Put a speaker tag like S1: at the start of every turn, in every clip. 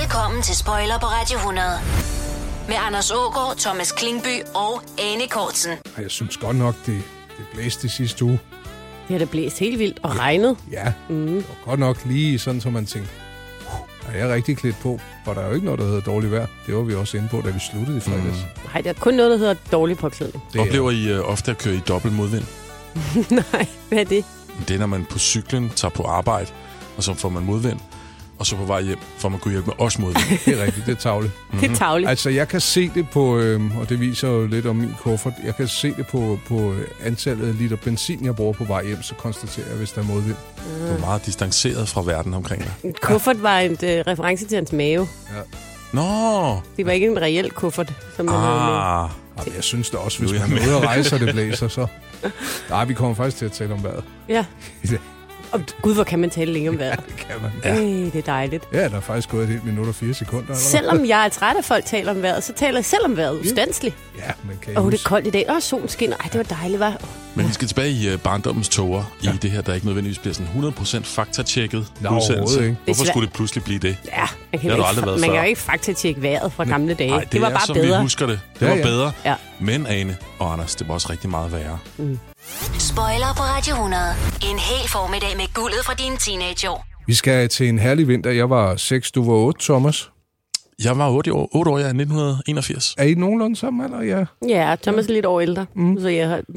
S1: Velkommen til Spoiler på Radio 100. Med Anders Aagaard, Thomas Klingby og Ane Kortsen.
S2: Jeg synes godt nok, det blæste sidste uge.
S3: Det har da blæst helt vildt og regnet.
S2: Ja, det var godt nok lige sådan, som man tænkte, er jeg rigtig klædt på? For der er jo ikke noget, der hedder dårligt vejr. Det var vi også inde på, da vi sluttede i fredags.
S3: Nej, der er kun noget, der hedder dårlig påklædning.
S4: Oplever I ofte at køre i dobbelt modvind?
S3: Nej, hvad er det?
S4: Det er, når man på cyklen tager på arbejde, og så får man modvind. Og så på vej hjem, får man kunne hjælpe med os modvind.
S2: Det er rigtigt, det er tarveligt.
S3: Det er tarveligt.
S2: Altså, jeg kan se det på, og det viser jo lidt om min kuffert, jeg kan se det på antallet af liter benzin, jeg bruger på vej hjem, så konstaterer jeg, hvis der er modvind.
S4: Du er meget distanceret fra verden omkring dig.
S3: En kuffert var en reference til hans mave.
S2: Ja.
S4: Nå!
S3: Det var ikke en reel kuffert, som man havde med.
S2: Jamen, jeg synes da også, hvis man er ude og rejse, og det blæser, så... Nej, vi kommer faktisk til at tale om vejret.
S3: Ja. Og gud, hvor kan man tale længe om vejret.
S2: Ja, det kan man.
S3: Det er dejligt.
S2: Ja, der er faktisk gået et helt minut og 4 sekunder. Eller
S3: Selvom jeg er træt af, folk taler om vejret, så taler jeg selv om vejret ustandsligt.
S2: Ja, men kan
S3: det er koldt i dag. Solen skinner. Ej, det var dejligt, hva'?
S4: Men vi skal tilbage i barndommens toger i det her, der ikke nødvendigvis bliver sådan 100% faktatjekket
S2: udsendelse.
S4: Ikke. Hvorfor skulle det pludselig blive det?
S3: Ja, man kan jo ikke faktatjekke vejret fra gamle dage.
S4: Nej, det var bare
S3: som
S4: bedre. Vi husker det. Det var bedre.
S3: Ja.
S4: Men Ane og Anders, det var også rigtig meget værre.
S1: Spoiler på Radio 100. En hel formiddag med guldet fra dine teenageår.
S2: Vi skal til en herlig vinter. Jeg var 6, du var 8, Thomas.
S4: Jeg var 8 år, 1981.
S2: Er I nogenlunde sammen, eller? Ja.
S3: Ja, Thomas er lidt år ældre. Så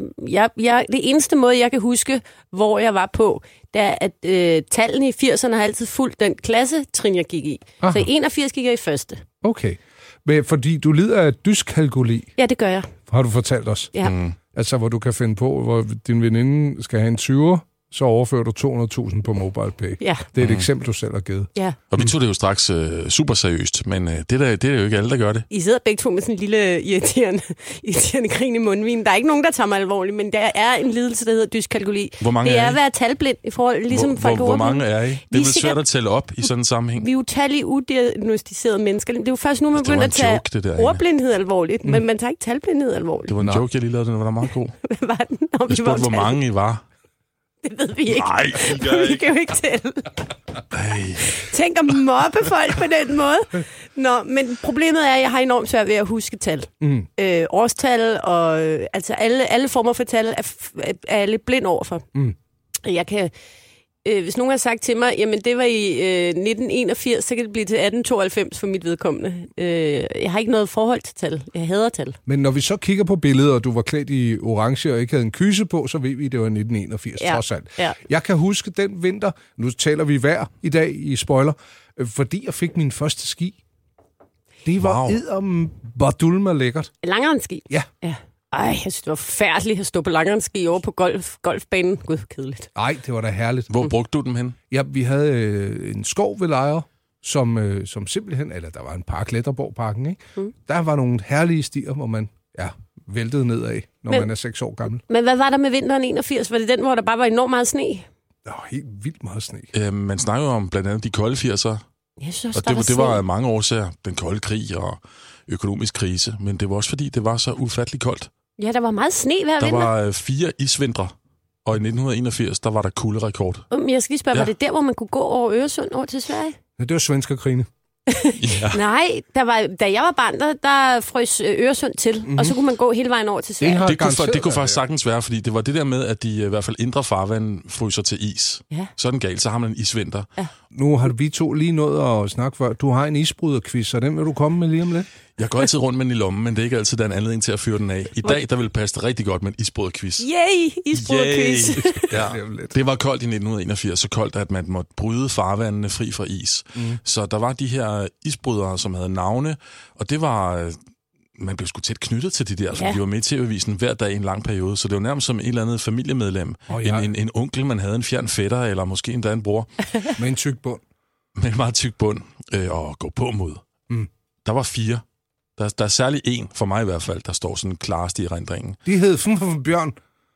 S3: det eneste måde, jeg kan huske, hvor jeg var på, det er, at tallene i 80'erne har altid fulgt den klassetrin, jeg gik i.
S2: Aha.
S3: Så i 81 gik jeg i første.
S2: Okay. Men fordi du lider af dyskalkuli.
S3: Ja, det gør jeg.
S2: Har du fortalt os?
S3: Ja.
S2: Altså, hvor du kan finde på, hvor din veninde skal have en 20'er, så overfører du 200.000 på MobilePay.
S3: Ja.
S2: Det er et eksempel, du selv har givet.
S3: Ja.
S4: Og vi tog det jo straks super seriøst, men det er jo ikke alle, der gør det.
S3: I sidder begge to med sådan en lille irriterende grin i mundvin. Der er ikke nogen, der tager mig alvorligt, men der er en lidelse, der hedder dyskalkuli.
S4: Hvor mange
S3: det er
S4: er
S3: at være talblind i forhold, ligesom folk
S4: hvor mange er I? Det er vel svært at tælle op i sådan en sammenhæng.
S3: Vi er utallige udiagnostiserede mennesker. Det er jo først nu, man begynder at tage ordblindhed alvorligt, men man tager ikke talblindhed alvorligt.
S4: Det var en joke, jeg lige lavede, den var da meget god.
S3: Hvad var den?
S4: Jeg spurgte, hvor mange I var.
S3: Det ved vi ikke.
S4: Nej,
S3: vi kan jo ikke tælle. Tænk at mobbe folk på den måde. Nå, men problemet er, at jeg har enormt svært ved at huske tal. Årstal og altså alle former for tal er jeg lidt blind overfor. Jeg kan... hvis nogen har sagt til mig, jamen det var i 1981, så kan det blive til 1892 for mit vedkommende. Jeg har ikke noget forhold til tal. Jeg hader tal.
S2: Men når vi så kigger på billedet, og du var klædt i orange og ikke havde en kyse på, så ved vi, at det var 1981, trods alt.
S3: Ja.
S2: Jeg kan huske den vinter, nu taler vi vejr i dag i spoiler, fordi jeg fik min første ski. Det var edderbadulme lækkert.
S3: Langrendski?
S2: Ja.
S3: Ej, jeg synes, det var forfærdeligt at stå på langrendski over på golfbanen. Gud, kedeligt.
S2: Nej, det var da herligt.
S4: Hvor brugte du dem hen?
S2: Ja, vi havde en skov ved Lejre, som simpelthen, eller der var en park, Letterborg-parken, ikke? Der var nogle herlige stier, hvor man væltede nedad, når man er 6 år gammel.
S3: Men hvad var der med vinteren 81? Var det den, hvor der bare var enormt meget sne?
S2: Helt vildt meget sne.
S4: Man snakker jo om blandt andet de kolde 80'er. Og det var mange årsager. Den kolde krig og økonomisk krise. Men det var også fordi, det var så ufattelig koldt.
S3: Ja, der var meget sne hver vinter.
S4: Der var 4 isvintre. Og i 1981, der var der kulderekord.
S3: Jeg skal lige spørge, var det der, hvor man kunne gå over Øresund over til Sverige?
S2: Ja, det var svenskerkrigene.
S3: Nej, da jeg var barn, der frøs Øresund til, og så kunne man gå hele vejen over til Sverige.
S4: Det kunne faktisk sagtens være, fordi det var det der med, at de i hvert fald indre farvand fryser til is.
S3: Ja.
S4: Så er den galt, så har man en isvinter.
S2: Ja. Nu har vi to lige nået at snakke før. Du har en isbryderquiz, så den vil du komme med lige om lidt?
S4: Jeg går altid rundt med den i lommen, men det er ikke altid, der er en anledning til at fyre den af. I dag, der vil passe det rigtig godt med en isbryderquiz.
S3: Yay! Isbryderquiz.
S4: Ja. Det var koldt i 1981, så koldt, at man måtte bryde farvandene fri fra is. Så der var de her isbrydere, som havde navne, og det var... Man blev sgu tæt knyttet til de der, for de var med i TV-avisen hver dag i en lang periode, så det var nærmest som et eller andet familiemedlem. En onkel, man havde en fjern fætter, eller måske endda en bror.
S2: Med en tyk bund.
S4: Med en meget tyk bund, og gå på mod. Der var 4. Der er særlig en, for mig i hvert fald, der står sådan klarest i erindringen.
S2: De hed Bjørn.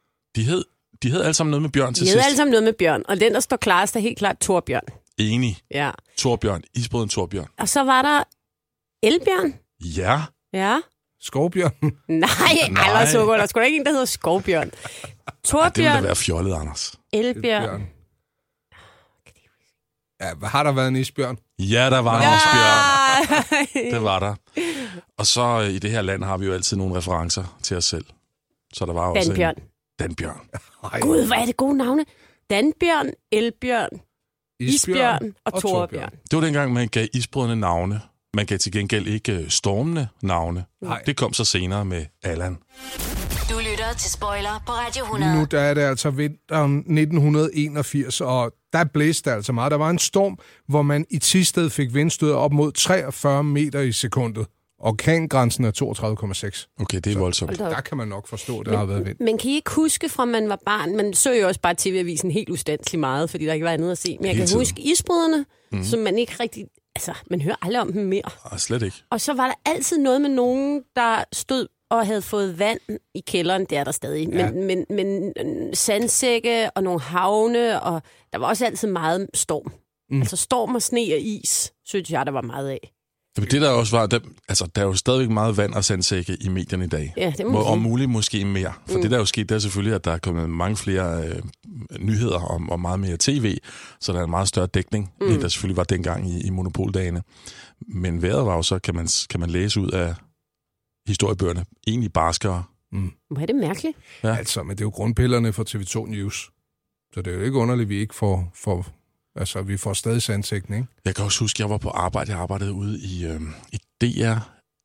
S4: De hed alle sammen noget med Bjørn til sidst.
S3: De hed alle sammen noget med Bjørn, og den, der står klarest, er helt klart Torbjørn.
S4: Enig.
S3: Ja.
S4: Torbjørn. Isbrøden Torbjørn.
S3: Og så var der Elbjørn.
S4: Ja.
S3: Ja.
S2: Skovbjørn.
S3: Nej. Allersukker. Der skulle da ikke en, der hedder Skovbjørn. Torbjørn.
S4: Det ville da være fjollet, Anders.
S3: Elbjørn.
S2: Ja, har der været en isbjørn?
S4: Ja, der var en isbjørn. Det var der. Og så i det her land har vi jo altid nogle referencer til os selv. Så der var også
S3: Danbjørn.
S4: Danbjørn.
S3: Gud, hvad er det gode navne? Danbjørn, Elbjørn, Isbjørn og Torbjørn.
S4: Det var dengang, man gav isbrødrene navne. Man gav til gengæld ikke stormende navne.
S2: Nej.
S4: Det kom så senere med Allan.
S1: Du lytter til Spoiler på Radio 100.
S2: Lige nu der er det altså vinteren 1981, og der blæste altså meget. Der var en storm, hvor man i Thisted fik vindstød op mod 43 meter i sekundet. Orkangrænsen er 32,6.
S4: Okay, det er voldsomt.
S2: Der kan man nok forstå, at der har været vind.
S3: Men kan I ikke huske, fra man var barn? Man så jo også bare TV-avisen helt ustandsligt meget, fordi der ikke var andet at se. Men jeg kan huske isbryderne, som man ikke rigtig... Altså, man hører aldrig om dem mere.
S4: Nej, slet ikke.
S3: Og så var der altid noget med nogen, der stod og havde fået vand i kælderen. Det er der stadig. Ja. Men sandsække og nogle havne, og der var også altid meget storm. Altså storm og sne og is, synes jeg, der var meget af.
S4: Det der også var, der er jo stadigvæk meget vand og sandsække i medierne i dag.
S3: Ja, det må
S4: og muligt måske mere. For det der er jo sket, det er selvfølgelig, at der er kommet mange flere nyheder og meget mere tv, så der er en meget større dækning, end der selvfølgelig var dengang i monopoldagene. Men vejret var jo så, kan man læse ud af historiebøgerne, egentlig barskere.
S3: Hvor er det mærkeligt?
S2: Ja. Altså, men det er jo grundpillerne for TV2 News. Så det er jo ikke underligt, at vi ikke får altså, vi får stadig sandsækken, ikke?
S4: Jeg kan også huske, at jeg var på arbejde. Jeg arbejdede ude i DR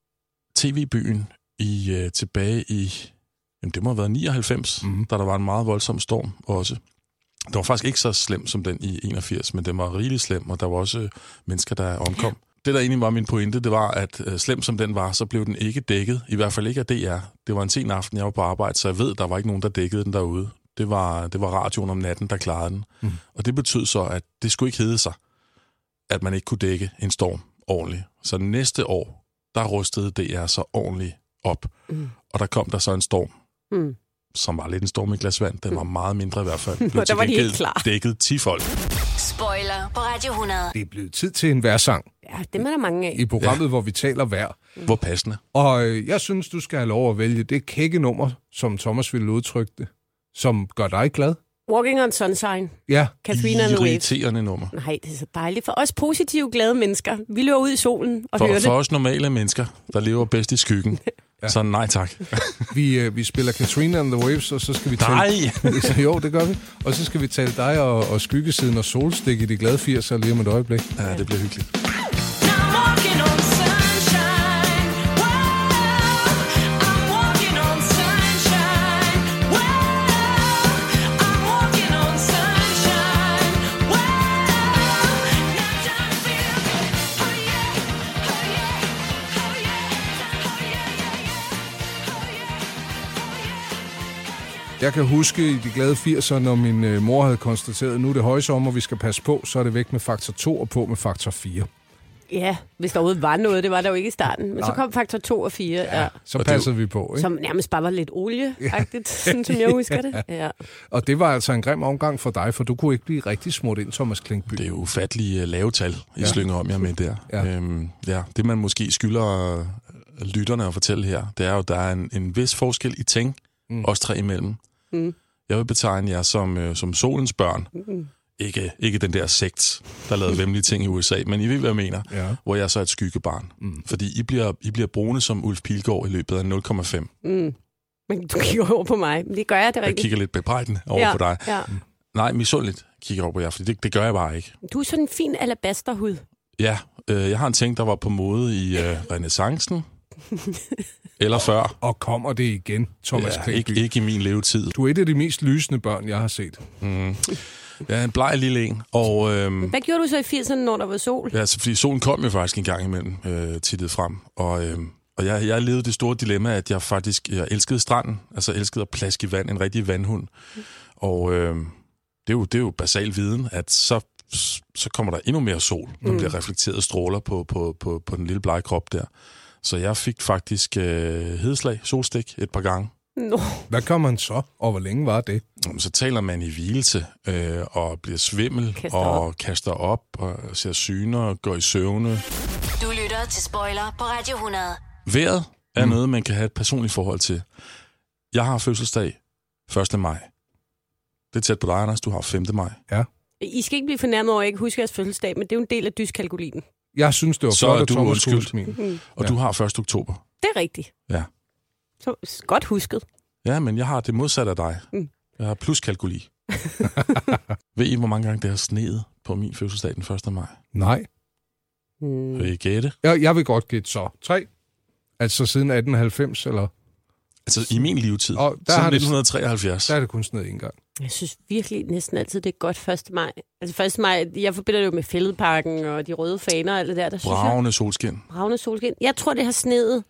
S4: TV-byen tilbage i, det må have været 99, da der var en meget voldsom storm også. Det var faktisk ikke så slem som den i 81, men den var rigelig slem, og der var også mennesker, der omkom. Det, der egentlig var min pointe, det var, at slem som den var, så blev den ikke dækket. I hvert fald ikke af DR. Det var en sen aften, jeg var på arbejde, så jeg ved, der var ikke nogen, der dækkede den derude. Det var radioen om natten, der klarede den. Og det betød så, at det skulle ikke hedde sig, at man ikke kunne dække en storm ordentligt. Så næste år, der rustede DR så ordentligt op. Og der kom der så en storm, som var lidt en storm i glas vand. Den var meget mindre i hvert fald.
S3: Og der var de helt klar.
S4: Dækket 10 folk.
S1: Spoiler på Radio 100.
S2: Det er blevet tid til en vejrsang.
S3: Ja, det er der mange af.
S2: I programmet, hvor vi taler vejr.
S4: Hvor passende.
S2: Og jeg synes, du skal have lov at vælge det kække-nummer, som Thomas ville udtrykke det, som gør dig glad.
S3: Walking on Sunshine.
S2: Ja.
S3: Katrina and the Waves.
S4: Irriterende nummer.
S3: Nej, det er så dejligt. For os positive, glade mennesker. Vi løber ud i solen og hører det.
S4: For os normale mennesker, der lever bedst i skyggen. Ja. Så nej tak.
S2: Vi spiller Katrina and the Waves, og så skal vi tale...
S4: Nej!
S2: Jo, det gør vi. Og så skal vi tale dig og skyggesiden og solstik i de glade 80'er lige om et øjeblik.
S4: Ja, det bliver hyggeligt. Jeg kan huske i de glade 80'er, når min mor havde konstateret, at nu er det højsommer, vi skal passe på, så er det væk med faktor 2 og på med faktor 4.
S3: Ja, hvis der overhovedet var noget, det var der jo ikke i starten. Men så kom faktor 2 og 4. Ja.
S2: Så passede vi på, ikke?
S3: Som nærmest bare var lidt olie-agtigt, sådan som jeg husker det. Ja.
S2: Og det var altså en grim omgang for dig, for du kunne ikke blive rigtig smurt ind, Thomas Klinkby.
S4: Det er jo ufattelige lave tal, I slynger om jer med der. Ja. Det man måske skylder lytterne at fortælle her, det er jo, at der er en vis forskel i ting, os tre imellem. Jeg vil betegne jer som solens børn. Ikke den der sekt, der lavede vemmelige ting i USA, men I ved, hvad jeg mener, hvor jeg så er et skyggebarn. Fordi I bliver brune som Ulf Pilgaard i løbet af 0,5.
S3: Men du kigger over på mig. Det gør jeg, det er rigtigt.
S4: Jeg kigger lidt bebrejdende over på dig.
S3: Ja.
S4: Nej, misundeligt kigger over på jer, for det gør jeg bare ikke.
S3: Du er sådan en fin alabasterhud.
S4: Ja, jeg har en ting, der var på mode i renæssancen. Eller før.
S2: Og kommer det igen, Thomas Klinkby?
S4: Ikke i min levetid.
S2: Du er et af de mest lysende børn, jeg har set.
S4: Ja, en bleg lille en. Og,
S3: hvad gjorde du så i 80'erne, når der var sol?
S4: Ja, fordi solen kom jo faktisk en gang imellem tittet frem. Og jeg levede det store dilemma, at jeg elskede stranden. Altså elskede at plaske i vand, en rigtig vandhund. Og det er jo basal viden, at så kommer der endnu mere sol, når der bliver reflekteret stråler på den lille blege krop der. Så jeg fik faktisk hedeslag, solstik, et par gange.
S3: No.
S2: Hvad gør man så, og hvor længe var det?
S4: Så taler man i hvilelse, og bliver svimmel, kaster op, og ser syner, og går i søvne.
S1: Du lytter til Spoiler på Radio 100.
S4: Vejret er noget, man kan have et personligt forhold til. Jeg har fødselsdag 1. maj. Det er tæt på dig, Anders. Du har 5. maj.
S2: Ja.
S3: I skal ikke blive fornærmet over, at jeg ikke husker jeres fødselsdag, men det er jo en del af dyskalkulinen.
S2: Jeg synes, det var
S4: så
S2: flot,
S4: er
S2: at
S4: du
S2: Thomas kunne
S4: undskyldt.
S2: smile.
S4: Og du har 1. oktober.
S3: Det er rigtigt.
S4: Ja.
S3: Så godt husket.
S4: Ja, men jeg har det modsatte af dig. Jeg har pluskalkuli. Ved I, hvor mange gange det har sneet på min fødselsdag den 1. maj?
S2: Nej.
S4: Vil I gætte?
S2: Jeg vil godt gætte så. 3. Altså siden 1890, eller?
S4: Altså i min levetid.
S2: Og der
S4: siden
S2: har det-
S4: 1973.
S2: Der er det kun sneet en gang.
S3: Jeg synes virkelig næsten altid, det er godt 1. maj. Altså 1. maj, jeg forbinder det jo med Fælledparken og de røde faner og alt det der. Synes
S4: Bravende solskin.
S3: Bravende solskin. Jeg tror, det har sneet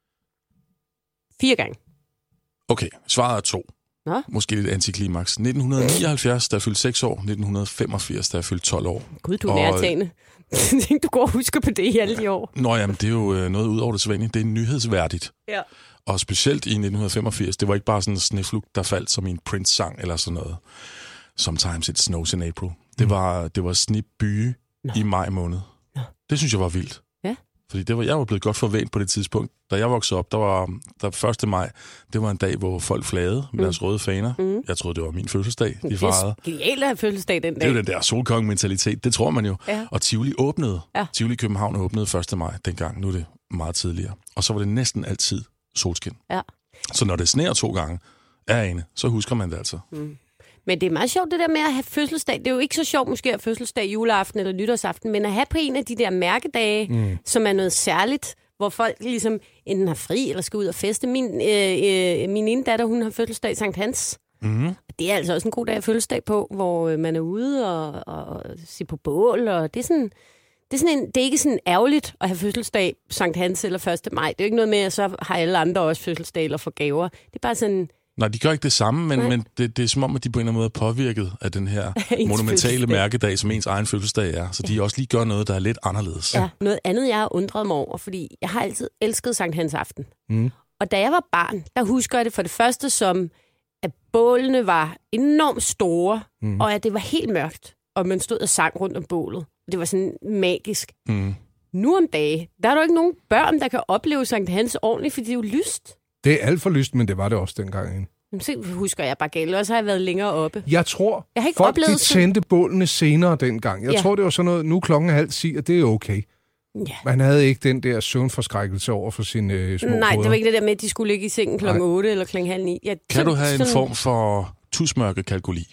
S3: 4 gange.
S4: Okay, svaret er 2.
S3: Nå.
S4: Måske lidt antiklimaks. 1979, da jeg fyldte 6 år. 1985, da jeg fyldte 12 år.
S3: Gud, du er
S4: Og-
S3: nærtagende. Du går og husker på det i alle de år.
S4: Nå jamen, det er jo noget ud over det sædvanlige. Det er nyhedsværdigt.
S3: Ja.
S4: Og specielt i 1985, det var ikke bare sådan en sneflug, der faldt som i en Prince-sang eller sådan noget. Sometimes it snows in April. Det var snebye i maj måned.
S3: Nå.
S4: Det synes jeg var vildt.
S3: Ja.
S4: Fordi jeg var blevet godt forvænt på det tidspunkt. Da jeg voksede op, der 1. maj, det var en dag, hvor folk flagede med deres røde faner. Jeg troede, det var min fødselsdag, de fejrede.
S3: Det er genialt at have fødselsdag den dag.
S4: Det er jo den der solkonge-mentalitet, det tror man jo.
S3: Ja.
S4: Og Tivoli åbnede.
S3: Ja.
S4: Tivoli København åbnede 1. maj dengang. Nu er det meget tidligere. Og så var det næsten altid solskin.
S3: Ja.
S4: Så når det sneer 2 gange, så husker man det altså.
S3: Men det er meget sjovt, det der med at have fødselsdag. Det er jo ikke så sjovt måske at have fødselsdag juleaften eller nytårsaften, men at have på en af de der mærkedage, som er noget særligt, hvor folk ligesom enten har fri eller skal ud og feste. Min ene datter, hun har fødselsdag Sankt Hans. Det er altså også en god dag at fødselsdag på, hvor man er ude og se på bål, og det er sådan... Det er ikke sådan ærgerligt at have fødselsdag Sankt Hans eller 1. maj. Det er jo ikke noget med, at så har alle andre også fødselsdag eller får gaver. Det er bare sådan...
S4: Nej, de gør ikke det samme, men det er som om, at de på en eller anden måde er påvirket af den her monumentale
S3: fødselsdag.
S4: Mærkedag, som ens egen fødselsdag er. Så de også lige gør noget, der er lidt anderledes.
S3: Ja, noget andet, jeg har undret mig over, fordi jeg har altid elsket Sankt Hans aften. Og da jeg var barn, der husker jeg det for det første som, at bålene var enormt store, og at det var helt mørkt, og man stod og sang rundt om bålet. Det var sådan magisk. Nu om dagen, der er der jo ikke nogen børn, der kan opleve Sankt Hans ordentligt, fordi det er jo lyst.
S2: Det er alt for lyst, men det var det også dengang.
S3: Jamen, så husker jeg bare galt, og så har jeg været længere oppe.
S2: Jeg tror,
S3: Jeg har ikke
S2: folk
S3: oplevet
S2: de tændte bålene senere dengang. Jeg tror, det var sådan noget, nu klokken 9:30, og det er okay.
S3: Ja.
S2: Man havde ikke den der søvnforskrækkelse over for sine små
S3: Nej, det
S2: brødre.
S3: var ikke det der med, at de skulle ligge i sengen klokken 8 eller klokken 8:30.
S4: Kan du have en form for tusmørkekalkuli?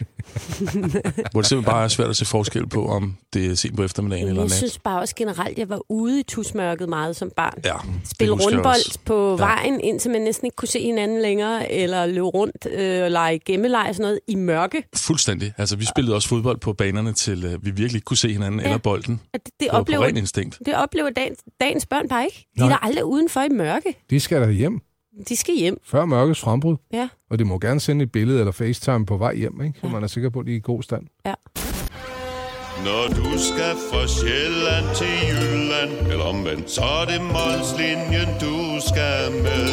S4: Hvor det simpelthen bare er svært at se forskel på, om det er sent på eftermiddagen eller
S3: Jeg
S4: nat.
S3: synes bare også generelt, at jeg var ude i tusmørket meget som barn.
S4: Ja,
S3: Spille
S4: det husker jeg
S3: rundbold
S4: også.
S3: på vejen, indtil man næsten ikke kunne se hinanden længere, eller løbe rundt og lege gemmeleg og sådan noget i mørke.
S4: Fuldstændig. Altså, vi spillede også fodbold på banerne, til vi virkelig ikke kunne se hinanden eller bolden.
S3: Det
S4: Det var på ren instinkt.
S3: det oplever dagens børn bare ikke. De er der aldrig udenfor i mørke.
S2: De skal da hjem
S3: De skal hjem.
S2: før mørkets frembrud.
S3: Ja.
S2: Og de må gerne sende et billede eller FaceTime på vej hjem, ikke? Så man er sikker på, at de er i god stand.
S3: Ja.
S5: Når du skal fra Sjælland til Jylland, eller omvendt, så er det Molslinjen, du skal med.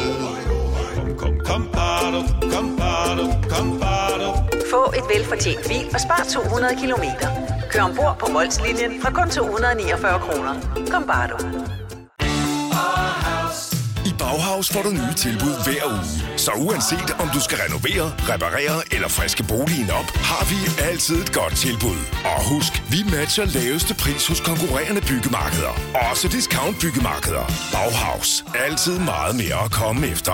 S5: Kom, bado, kom, bado.
S6: Få et velfortjent bil og spar 200 kilometer. Kør ombord på Molslinjen fra kun 249 kroner. Kom bare du.
S7: I Bauhaus får du nye tilbud hver uge. Så uanset om du skal renovere, reparere eller friske boligen op, har vi altid et godt tilbud. Og husk, vi matcher laveste pris hos konkurrerende byggemarkeder. Også discount byggemarkeder. Bauhaus. Altid meget mere at komme efter.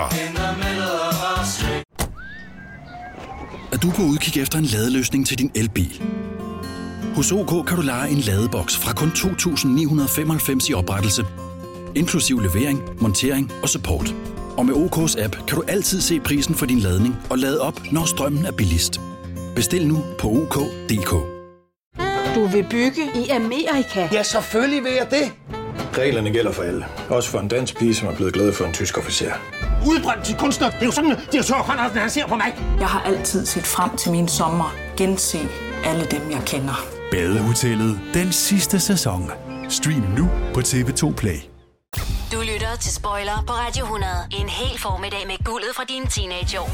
S8: Er du på udkig efter en ladeløsning til din elbil? Hos OK kan du leje en ladeboks fra kun 2.995 i oprettelse, inklusiv levering, montering og support. Og med OK's app kan du altid se prisen for din ladning og lade op, når strømmen er billigst. Bestil nu på OK.dk.
S9: Du vil bygge i Amerika?
S10: Ja, selvfølgelig vil jeg det.
S11: Reglerne gælder for alle. Også for en dansk pige, som er blevet glad for en tysk officer.
S10: Udbrændt til kunstner. Det er jo sådan, at de har tørt, han ser på mig.
S9: Jeg har altid set frem til min sommer. Gense alle dem, jeg kender.
S12: Badehotellet den sidste sæson. Stream nu på TV2 Play.
S1: Du lytter til Spoiler på Radio 100. En hel formiddag med guldet fra dine teenageår.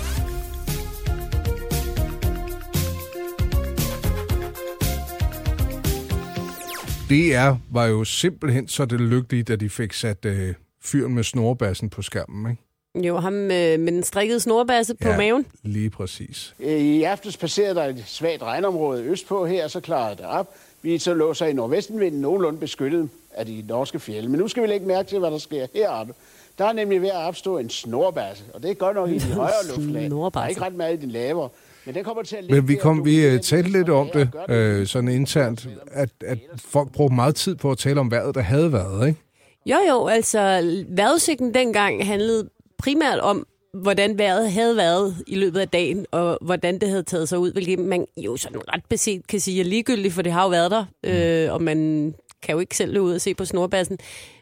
S2: DR var jo simpelthen så det lykkelige, da de fik sat fyren med snorbassen på skærmen, ikke?
S3: Jo, ham med den strikkede snorbasse på maven.
S2: Lige præcis.
S13: I aftes passerede der et svagt regnområde østpå her, så klarede det op. Vi så lå så i nordvestenvinden nogenlunde beskyttet af de norske fjelde. Men nu skal vi lægge mærke til, hvad der sker heroppe. Der er nemlig ved at opstå en snorbasse, og det er godt nok i de højere luftlag. Der er ikke ret meget i de lavere. Men det kommer til at
S2: vi talte lidt om det, sådan internt, at folk brugte meget tid på at tale om vejret, der havde været, ikke?
S3: Jo, altså vejrudsigten dengang handlede primært om, hvordan vejret havde været i løbet af dagen, og hvordan det havde taget sig ud, hvilket man jo sådan ret beset kan sige er ligegyldigt, for det har jo været der, og man kan jo ikke selv løbe ud og se på snorbassen.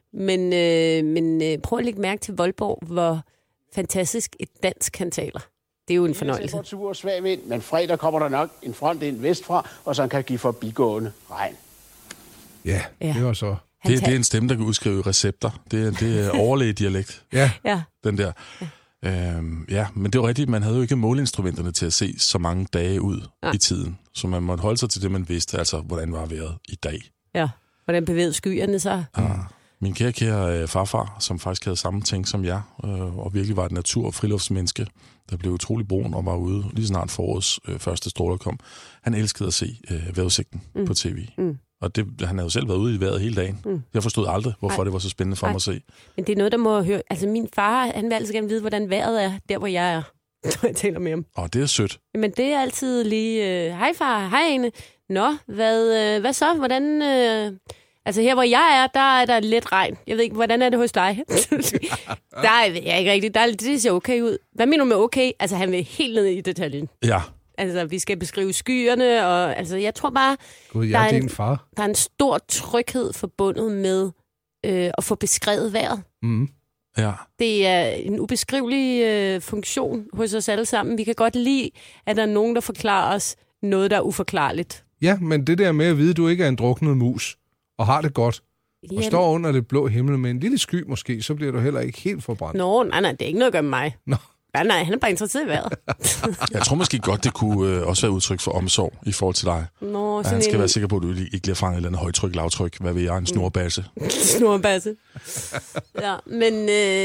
S3: Men prøv at lægge mærke til Voldborg, hvor fantastisk et dansk han taler. Det er jo en fornøjelse.
S13: Temperatur og svag vind, men fredag kommer der nok en front ind vestfra, og så kan give forbigående regn.
S2: Ja, det var så.
S4: Det er en stemme, der kan udskrive recepter. Det er overlægedialekt.
S2: Ja.
S4: Den der. Ja, men det var rigtigt. Man havde jo ikke måleinstrumenterne til at se så mange dage ud i tiden. Så man måtte holde sig til det, man vidste. Altså, hvordan var vejret i dag.
S3: Ja, hvordan bevægede skyerne sig?
S4: Min kære farfar, som faktisk havde samme ting som jeg, og virkelig var et natur- og friluftsmenneske, der blev utrolig brun og var ude lige snart forårets første stråler kom. Han elskede at se vejrudsigten på tv. Og han havde jo selv været ude i vejret hele dagen. Jeg forstod aldrig, hvorfor det var så spændende for mig at se.
S3: Men det er noget, der må høre. Altså min far, han vil altid gerne vide, hvordan vejret er, der hvor jeg er, når jeg taler med ham.
S4: Og det er sødt.
S3: Men det er altid lige, hej far, hej Ane. Nå, hvad så? Hvordan... Altså her, hvor jeg er, der er der lidt regn. Jeg ved ikke, hvordan er det hos dig? Der er ikke rigtigt. Det ser okay ud. Hvad mener du med okay? Altså, han vil helt ned i detaljen.
S4: Ja.
S3: Altså, vi skal beskrive skyerne, og altså, jeg tror bare,
S2: Gud,
S3: der er
S2: din far.
S3: Der er en stor tryghed forbundet med at få beskrevet vejret.
S4: Ja.
S3: Det er en ubeskrivelig funktion hos os alle sammen. Vi kan godt lide, at der er nogen, der forklarer os noget, der er uforklarligt.
S2: Ja, men det der med at vide, at du ikke er en druknet mus, og har det godt, og står under det blå himmel med en lille sky måske, så bliver du heller ikke helt forbrændt.
S3: Nej, det er ikke noget at gøre med mig.
S2: Nå.
S3: Nej, han er bare interesseret i vejret.
S4: Jeg tror måske godt, det kunne også være udtryk for omsorg i forhold til dig. Han skal være sikker på, at du ikke bliver fanget i et eller andet højtryk, lavtryk. Hvad ved jeg? En snorbasse.
S3: Snorbasse. Ja, men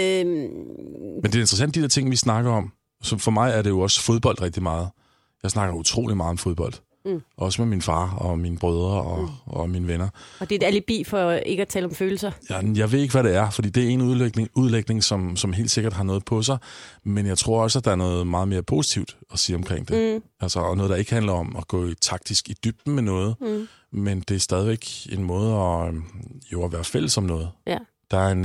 S4: det er interessant, de der ting, vi snakker om. Så for mig er det jo også fodbold rigtig meget. Jeg snakker utrolig meget om fodbold. Også med min far og mine brødre og mine venner.
S3: Og det er et alibi for ikke at tale om følelser?
S4: Ja, jeg ved ikke, hvad det er, fordi det er en udlægning som helt sikkert har noget på sig. Men jeg tror også, at der er noget meget mere positivt at sige omkring det. Altså, og noget, der ikke handler om at gå taktisk i dybden med noget. Men det er stadigvæk en måde at være fælles om noget.
S3: Ja.
S4: Der er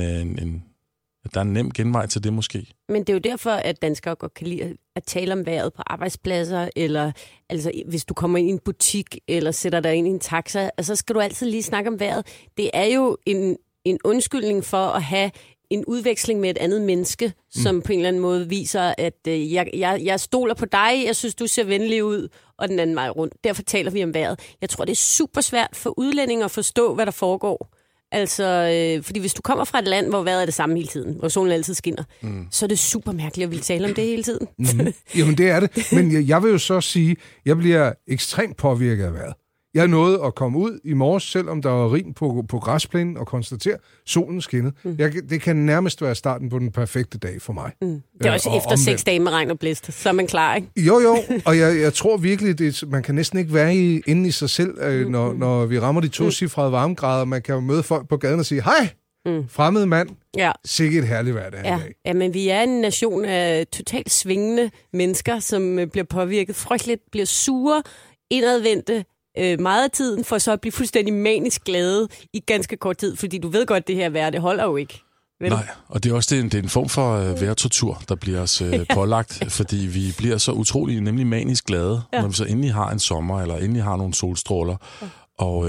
S4: en nem genvej til det måske.
S3: Men det er jo derfor, at danskere godt kan lide at tale om vejret på arbejdspladser, eller altså, hvis du kommer ind i en butik, eller sætter dig ind i en taxa, så skal du altid lige snakke om vejret. Det er jo en undskyldning for at have en udveksling med et andet menneske, som på en eller anden måde viser, at jeg stoler på dig, jeg synes, du ser venlig ud, og den anden vej rundt. Derfor taler vi om vejret. Jeg tror, det er super svært for udlændinge at forstå, hvad der foregår. Altså, fordi hvis du kommer fra et land, hvor vejret er det samme hele tiden, hvor solen altid skinner, så er det super mærkeligt at ville tale om det hele tiden.
S2: Jamen, det er det. Men jeg vil jo så sige, at jeg bliver ekstremt påvirket af vejret. Jeg nåede at komme ud i morges, selvom der var rim på græsplænen, og konstatere, at solen skinnede. Det kan nærmest være starten på den perfekte dag for mig.
S3: Det er også efter 6 dage med regn og blæst, så er man klar, ikke?
S2: Jo, og jeg tror virkelig, man kan næsten ikke være inde i sig selv, når vi rammer de 2-cifrede varmegrader. Man kan jo møde folk på gaden og sige, hej, fremmede mand, sikke et herligt vejr, det her i dag.
S3: Ja, men vi er en nation af totalt svingende mennesker, som bliver påvirket frygteligt, bliver sure, indadvendte, meget af tiden, for så at blive fuldstændig manisk glade i ganske kort tid, fordi du ved godt, det her vejr, det holder jo ikke. Vel?
S4: Nej, og det er også det er en form for vejrtortur, der bliver os pålagt, fordi vi bliver så utrolig nemlig manisk glade, når vi så endelig har en sommer, eller endelig har nogle solstråler, og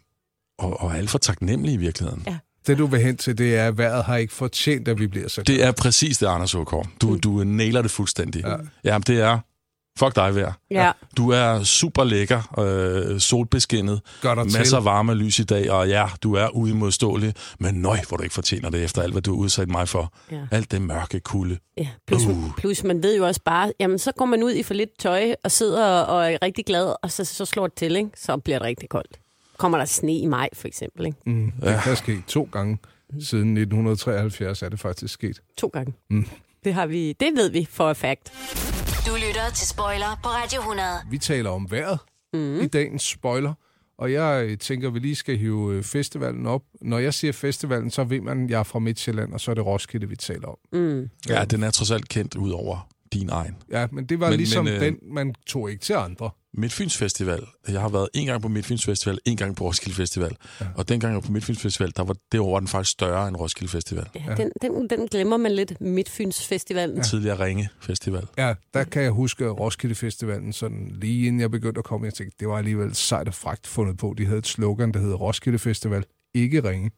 S4: er alt for taknemmelige i virkeligheden.
S2: Ja. Det, du vil hen til, det er, at vejret har ikke fortjent, at vi bliver så glade.
S4: Det er præcis det, Anders Ågaard. Du nailer det fuldstændig. Ja, det er... Fuck dig, vejr.
S3: Ja.
S4: Du er super lækker, solbeskinnet, masser af varme og lys i dag, og ja, du er uimodståelig, men nøj, hvor du ikke fortjener det efter alt, hvad du har udsat mig for. Ja. Alt det mørke kulde.
S3: Ja, plus man ved jo også bare, jamen så går man ud i for lidt tøj og sidder og er rigtig glad, og så slår det til, ikke? Så bliver det rigtig koldt. Kommer der sne i maj, for eksempel, ikke?
S2: Det kan ske 2 gange. Siden 1973 er det faktisk sket.
S3: 2 gange. Det ved vi for a fact.
S1: Du lytter til Spoiler på Radio 100.
S2: Vi taler om vejret i dagens Spoiler, Og jeg tænker, vi lige skal hive festivalen op. Når jeg siger festivalen, så ved man, at jeg er fra Midtjylland, og så er det Roskilde, vi taler om.
S4: Ja, den er trods alt kendt ud over din egen.
S2: Ja, men det var ligesom den, man tog ikke til andre.
S4: Midtfyns Festival. Jeg har været en gang på Midtfyns Festival, en gang på Roskilde Festival. Ja. Og dengang jeg var på Midtfyns Festival, det var den faktisk større end Roskilde Festival.
S3: Ja, den glemmer man lidt, Midtfyns Festival.
S4: Ja. Tidligere Ringe Festival.
S2: Ja, der kan jeg huske Roskilde Festivalen, sådan lige inden jeg begyndte at komme, jeg tænkte, det var alligevel sejt og fragt fundet på. De havde et slogan, der hed Roskilde Festival, ikke Ringe.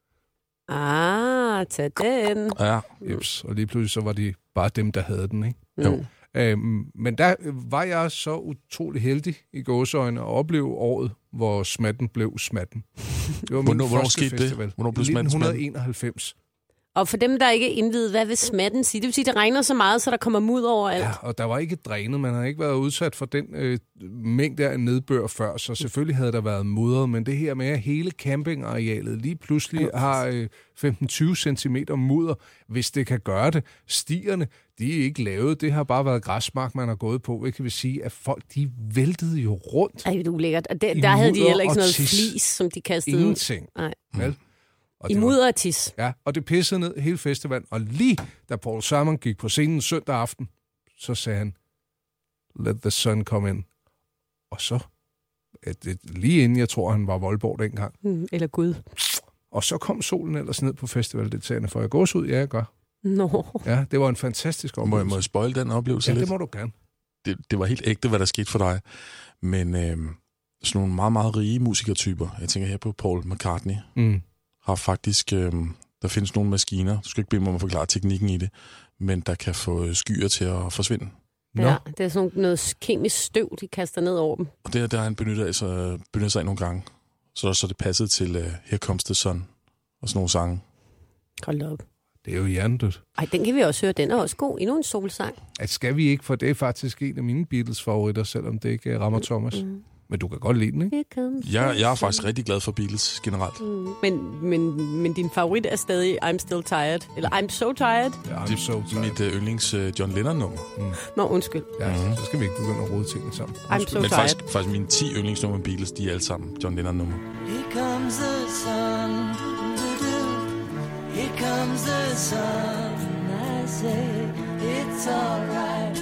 S3: Tag den.
S2: Ja, jeps. Og lige pludselig så var de bare dem, der havde den, ikke? Jo. Men der var jeg så utrolig heldig i gåseøjne at opleve året, hvor smatten blev smatten. Det var min første festival.
S4: Hvornår blev smatten?
S2: 1991.
S3: Og for dem, der ikke er indvidet, hvad vil smatten sige? Det vil sige, at det regner så meget, så der kommer mud over alt.
S2: Ja, og der var ikke drænet. Man havde ikke været udsat for den mængde af nedbør før, så selvfølgelig havde der været mudret. Men det her med, at hele campingarealet lige pludselig har 15-20 centimeter mudder, hvis det kan gøre det. Stierne, de er ikke lavet. Det har bare været græsmark, man har gået på. Det kan vi sige, at folk, de væltede jo rundt.
S3: Ej, det er ulækkert. Og der havde de heller ikke sådan noget flis, som de kastede ud.
S2: Ingenting.
S3: Nej.
S2: Vel?
S3: I mudder og tis.
S2: Ja, og det pissede ned hele festivalen. Og lige da Paul Simon gik på scenen søndag aften, så sagde han, let the sun come in. Og så, lige inden jeg tror, han var Voldborg dengang.
S3: Eller Gud.
S2: Og så kom solen ellers ned på festivaldeltagerne, for jeg gås ud, ja, jeg gør. Ja, det var en fantastisk oplevelse.
S4: Må jeg spoil den oplevelse lidt?
S2: Ja, det må du gerne.
S4: Det var helt ægte, hvad der skete for dig. Men sådan nogle meget, meget rige musikertyper, jeg tænker her på Paul McCartney, har faktisk, der findes nogle maskiner, du skal ikke bede mig om at forklare teknikken i det, men der kan få skyer til at forsvinde.
S3: Ja, det er sådan noget kemisk støv, de kaster ned over dem.
S4: Og det har han benyttet sig af nogle gange, så det passede til Here Comes the Sun og sådan nogle sange.
S3: Hold op.
S2: Det er jo hjernedødt.
S3: Ej, den kan vi også høre, den er også god. Endnu en solsang.
S2: At skal vi ikke, for det er faktisk en af mine Beatles-favoritter, selvom det ikke rammer Thomas. Men du kan godt lide den, ikke?
S4: Jeg er faktisk rigtig glad for Beatles generelt.
S3: Men din favorit er stadig I'm Still Tired. Eller I'm So Tired.
S2: Ja, I'm So Tired.
S4: Mit yndlings John Lennon-nummer.
S3: Nå, undskyld.
S2: Ja, så skal vi ikke begynde at rode tingene sammen.
S3: I'm So
S4: Men
S3: Tired.
S4: faktisk mine 10 yndlingsnummer med Beatles, de er alle sammen John Lennon-nummer.
S14: Here comes the sun. Here comes the sun. I say it's all right.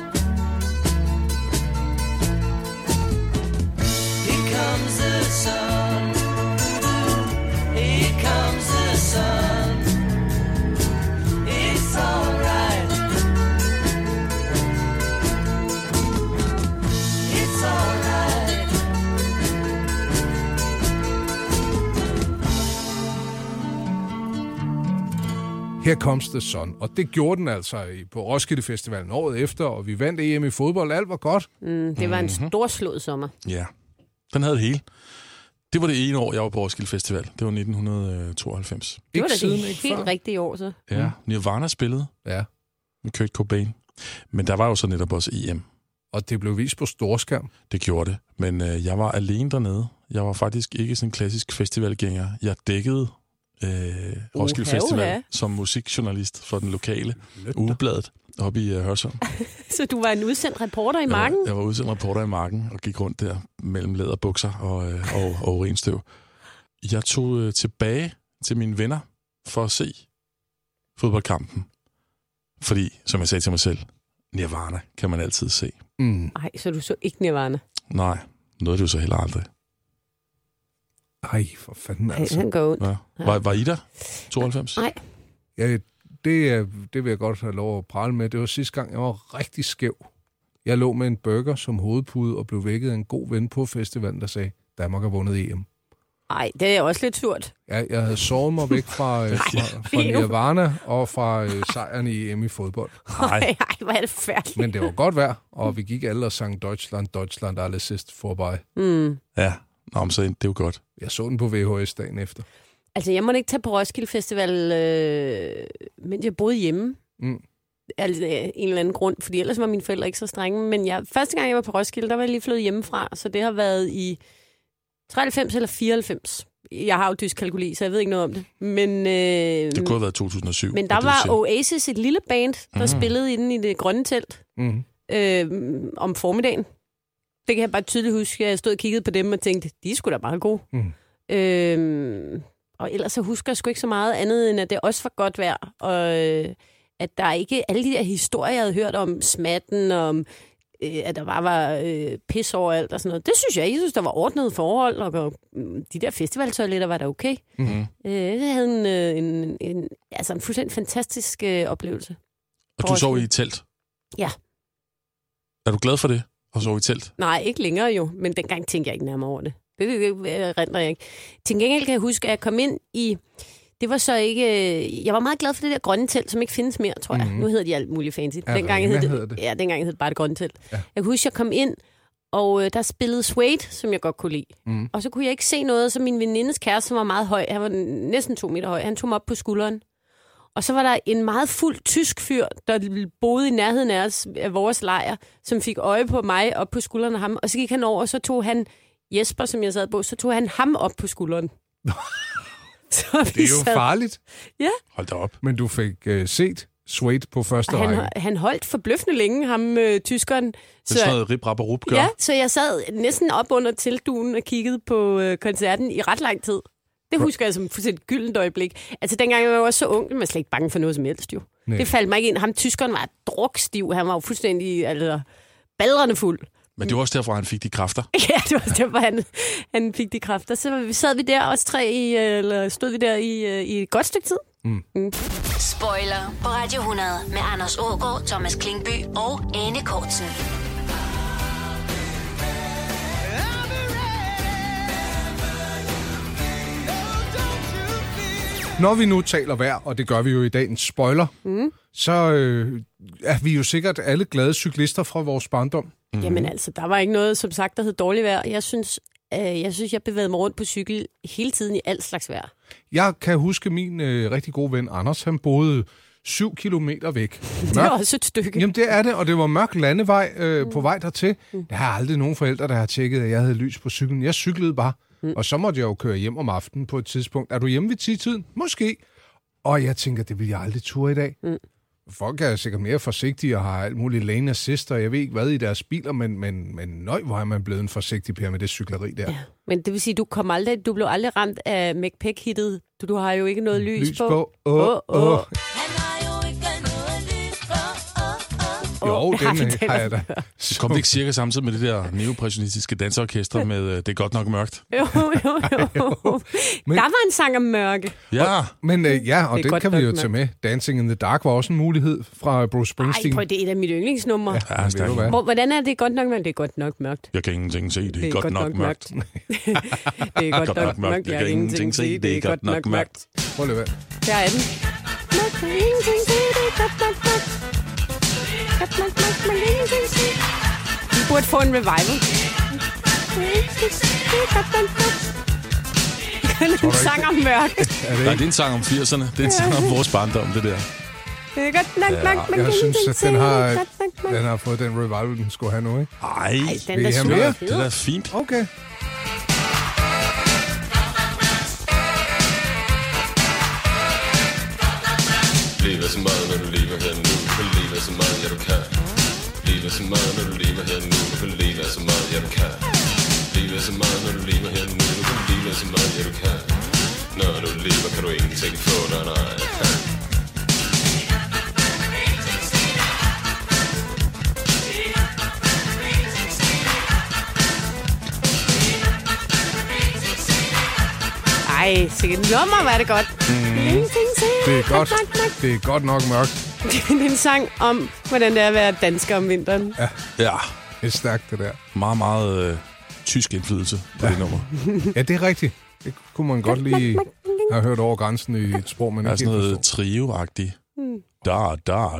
S14: Comes the sun. Here comes the sun. It's all right. It's all right.
S2: Here Comes the Sun. Og det gjorde den altså på Roskilde Festivalen året efter, og vi vandt EM i fodbold. Alt var godt.
S3: Det var en storslået sommer.
S4: Ja. Den havde det hele. Det var det ene år, jeg var på Roskilde Festival. Det var 1992.
S3: Det var da det helt rigtige år, så.
S4: Ja, Nirvana spillede.
S2: Ja.
S4: Med Kurt Cobain. Men der var jo så netop også EM.
S2: Og det blev vist på storskærm.
S4: Det gjorde det. Men jeg var alene dernede. Jeg var faktisk ikke sådan en klassisk festivalgænger. Jeg dækkede Roskilde Festival som musikjournalist for den lokale ugebladet oppe i Hørsholm.
S3: Så du var en udsendt reporter i marken?
S4: Jeg var udsendt reporter i marken og gik rundt der mellem læderbukser og urinstøv. Jeg tog tilbage til mine venner for at se fodboldkampen. Fordi, som jeg sagde til mig selv, Nirvana kan man altid se.
S3: Nej, så du så ikke Nirvana?
S4: Nej, noget du så heller aldrig.
S2: Ej, for fanden altså.
S3: Han går ondt.
S4: Ja. Var I der? 92?
S3: Nej.
S2: Ja, det vil jeg godt have lov at prale med. Det var sidste gang, jeg var rigtig skæv. Jeg lå med en burger som hovedpude og blev vækket af en god ven på festivalen, der sagde, Danmark har vundet EM.
S3: Nej, det er også lidt surt.
S2: Ja, jeg havde sovet mig væk fra Nirvana og fra sejren i EM i fodbold.
S3: Nej, hvor er det færdigt.
S2: Men det var godt vejr, og vi gik alle og sang Deutschland, Deutschland, alles ist vorbei.
S4: Ja, så det er jo godt.
S2: Jeg så den på VHS dagen efter.
S3: Altså, jeg måtte ikke tage på Roskilde Festival, mens jeg boede hjemme. Altså, en eller anden grund, fordi ellers var mine forældre ikke så strenge. Men første gang, jeg var på Roskilde, der var jeg lige flyttet hjemmefra, så det har været i 93 eller 94. Jeg har jo dyskalkuli, så jeg ved ikke noget om det. Men,
S4: det kunne have været 2007.
S3: Men der var Oasis, et lille band, der spillede inde i det grønne telt om formiddagen. Det kan jeg bare tydeligt huske. Jeg stod og kiggede på dem og tænkte, de er sgu da meget gode. Og ellers så husker jeg sgu ikke så meget andet, end at det også var godt vejr. Og at der ikke alle de der historier, jeg havde hørt om smatten, om at der bare var pis overalt og sådan noget. Det synes jeg. Jeg synes, der var ordnede forhold, og de der festivaltoiletter var da okay. Jeg havde en fuldstændig fantastisk oplevelse.
S4: Og du sov i et telt?
S3: Ja.
S4: Er du glad for det, at sove i telt?
S3: Nej, ikke længere jo, men dengang tænkte jeg ikke nærmere over det. Det rendrer jeg ikke. Til gengæld kan jeg huske, at jeg kom ind i... Det var så ikke... Jeg var meget glad for det der grønne telt, som ikke findes mere, tror jeg. Nu hedder de alt muligt fancy. Dengang hed det. Ja, dengang hed det bare det grønne telt. Ja. Jeg kan huske, at jeg kom ind, og der spillede Suede, som jeg godt kunne lide. Og så kunne jeg ikke se noget, så min venindes kæreste, som var meget høj, han var næsten 2 meter høj, han tog mig op på skulderen. Og så var der en meget fuld tysk fyr, der boede i nærheden af vores lejr, som fik øje på mig op på skulderen af ham. Og så gik han over, og så tog han Jesper, som jeg sad på, så tog han ham op på skulderen.
S2: Det er jo farligt.
S3: Ja.
S4: Hold da op.
S2: Men du fik set Suede på første række.
S3: Han holdt forbløffende længe, ham tyskeren.
S4: Det er sådan noget rip, rap og rup gør.
S3: Ja, så jeg sad næsten op under teltdugen og kiggede på koncerten i ret lang tid. Det husker jeg som fuldstændig gyldent øjeblik. Altså dengang jeg var så ung, var jeg slet ikke bange for noget som helst jo. Nej. Det faldt mig ikke ind. Ham tyskeren var drukstiv. Han var jo fuldstændig baldrende fuld.
S4: Men det var også derfor, han fik de kræfter.
S3: Ja, det var også derfor, han fik de kræfter. Så sad vi der, os tre, stod vi der i et godt stykke tid.
S1: Spoiler på Radio 100 med Anders Aagaard, Thomas Klingby og Ane Kortsen.
S2: Når vi nu taler vejr, og det gør vi jo i dag en spoiler, så er vi jo sikkert alle glade cyklister fra vores barndom.
S3: Jamen altså, der var ikke noget, som sagt, der hed dårligt vejr. Jeg synes, jeg bevægede mig rundt på cykel hele tiden i alt slags vejr.
S2: Jeg kan huske min rigtig gode ven Anders, han boede 7 kilometer væk.
S3: Det er også et stykke.
S2: Jamen det er det, og det var mørk landevej på vej dertil. Jeg har aldrig nogen forældre, der har tjekket, at jeg havde lys på cyklen. Jeg cyklede bare, og så måtte jeg jo køre hjem om aftenen på et tidspunkt. Er du hjemme ved 10-tiden? Måske. Og jeg tænker, det vil jeg aldrig ture i dag. Folk er sikkert mere forsigtige og har alt muligt lane assist, og jeg ved ikke hvad i deres biler, men nøj, hvor er man blevet en forsigtig Per med det cykleri der. Ja,
S3: men det vil sige, du blev aldrig ramt af McPack-hittet. Du har jo ikke noget lys på.
S2: Jo, den har jeg da.
S4: Kom det ikke cirka samtidig med det der neopressionistiske danseorkester med Det er godt nok mørkt?
S3: Jo. Men, der var en sang om mørke.
S2: Ja. Men og det kan vi jo tage med. Dancing in the Dark var også en mulighed fra Bruce Springsteen.
S3: Ej, det er et af mine yndlingsnumre.
S2: Ja,
S3: hvordan er det godt nok mørkt? Det er godt nok mørkt.
S4: Jeg kan ingenting se, det er godt nok mørkt.
S3: Det er godt nok mørkt, jeg kan ingenting se, det er godt nok mørkt.
S2: Prøv lige at være.
S3: Der er den. Ingenting se, det er godt nok mørkt. Vi burde få en revival. En sang om mørke.
S4: Nej, det er en sang om 80'erne. Det er en sang om vores barndom, det der.
S3: Det er godt nok mørkt, men
S2: jeg synes, at den har fået den revival, den skulle have nu, ikke?
S4: Ej,
S3: den er super
S4: fed. Det er fint.
S2: Okay.
S5: Lever så meget, når du lever her nu. Du kan leve så meget, ja du kan. Lever så meget, når du lever her nu. Du kan leve så meget, ja du kan. Lever så meget, når du lever her nu. Du kan leve så meget, ja du kan. Når du lever, kan du ingenting få dig, nej.
S3: Ej, sikkert nummer, var det godt.
S2: Det er godt. Det er godt nok mørkt.
S3: Det er en sang om, hvordan det er at være dansker om vinteren.
S4: Ja.
S2: Det er stærkt, det der.
S4: Meget, meget tysk indflydelse på det nummer.
S2: Ja, det er rigtigt. Det kunne man godt lige have hørt over grænsen i et sprog, man ikke
S4: sådan noget trio-agtigt. Da.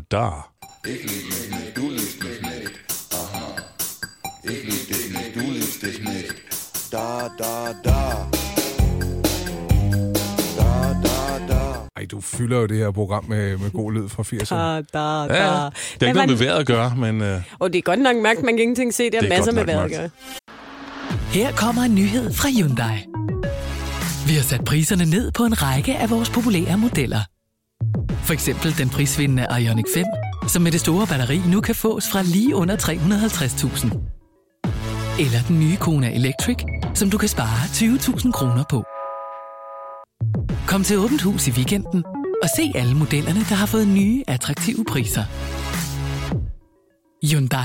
S2: Ej, du fylder jo det her program med god lyd fra 80'erne.
S4: Ja, det er ikke noget med vejret at gøre, men...
S3: Og det er godt nok mærkt, man kan ingenting se. Det er masser med vejret at gøre.
S15: Her kommer en nyhed fra Hyundai. Vi har sat priserne ned på en række af vores populære modeller. For eksempel den prisvindende Ioniq 5, som med det store batteri nu kan fås fra lige under 350.000. Eller den nye Kona Electric, som du kan spare 20.000 kroner på. Kom til Åbent Hus i weekenden og se alle modellerne, der har fået nye, attraktive priser. Hyundai.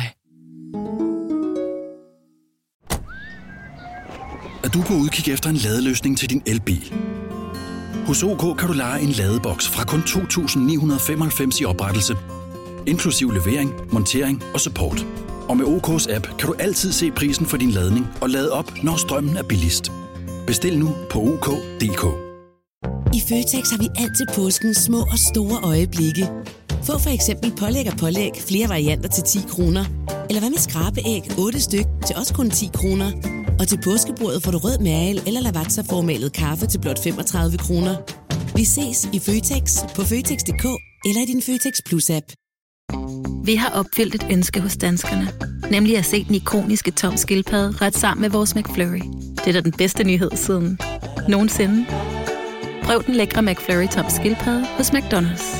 S8: Er du på udkig efter en ladeløsning til din elbil? Hos OK kan du leje en ladeboks fra kun 2.995 i oprettelse, inklusiv levering, montering og support. Og med OK's app kan du altid se prisen for din ladning og lade op, når strømmen er billigst. Bestil nu på OK.dk.
S16: I Føtex har vi altid påskens små og store øjeblikke. Få for eksempel pålæg og pålæg flere varianter til 10 kroner. Eller hvad med skrabeæg 8 styk til også kun 10 kroner. Og til påskebordet får du rød mal eller lavatserformalet kaffe til blot 35 kroner. Vi ses i Føtex på Føtex.dk eller i din Føtex Plus-app.
S17: Vi har opfyldt et ønske hos danskerne. Nemlig at se den ikoniske Tom Skildpadde ret sammen med vores McFlurry. Det er da den bedste nyhed siden nogensinde. Prøv den lækre McFlurry Tom Skildpadde hos McDonald's.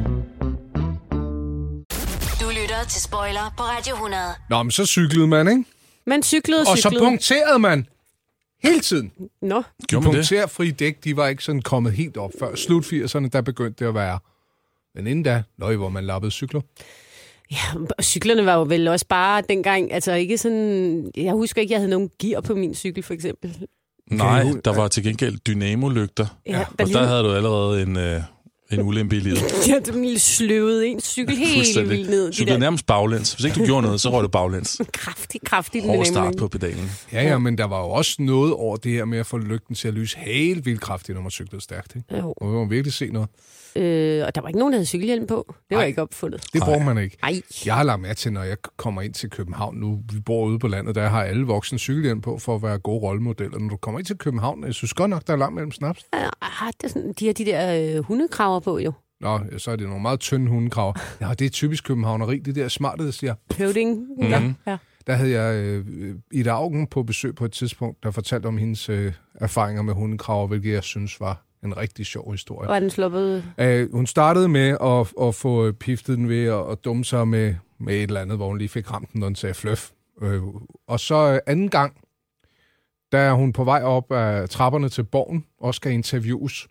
S1: Du lytter til Spoiler på Radio 100.
S2: Nå, men så cyklede man, ikke?
S3: Man cyklede.
S2: Og så punkterede man hele tiden.
S3: Nå.
S2: De punkterfri dæk, de var ikke sådan kommet helt op før. Slut 80'erne, der begyndte det at være. Men inden da, hvor man lappede cykler.
S3: Ja, og cyklerne var jo vel også bare dengang, altså ikke sådan... Jeg husker ikke, jeg havde nogen gear på min cykel, for eksempel.
S4: Nej, der var til gengæld dynamolygter. Ja, og der havde du allerede en ulempe i livet.
S3: Ja, det var sløvet en cykel helt vildt ned.
S4: Cyklede nærmest baglæns. Hvis ikke du gjorde noget, så røg du baglæns.
S3: Kraftig
S4: hård start på pedalen.
S2: Ja, men der var jo også noget over det her med at få lygten til at lyse helt vildt kraftigt, når man cyklede stærkt. Ikke?
S3: Jo.
S2: Og man virkelig se noget.
S3: Og der var ikke nogen, der havde cykelhjelm på. Det var ikke opfundet.
S2: Det bruger man ikke.
S3: Ej.
S2: Jeg har lagt mærke til, når jeg kommer ind til København nu, vi bor ude på landet, der har alle voksne cykelhjelm på for at være gode rollemodeller. Når du kommer ind til København, jeg synes godt nok, der er langt mellem snaps.
S3: Ja, det er sådan, de har de der hundekraver på jo.
S2: Nå, så er det nogle meget tynde hundekraver. Ja, det er typisk københavneri, det der smarte, der siger...
S3: Høvding. Ja.
S2: Der havde jeg Ida Augen på besøg på et tidspunkt, der fortalte om hendes erfaringer med hundekraver, hvilket jeg synes var en rigtig sjov historie.
S3: Var den sluppet?
S2: Hun startede med at få piftet den ved at dumme sig med et eller andet, hvor hun lige fik ramt den, når den sagde fløf. Og så anden gang, der er hun på vej op af trapperne til Borgen, og skal interviews.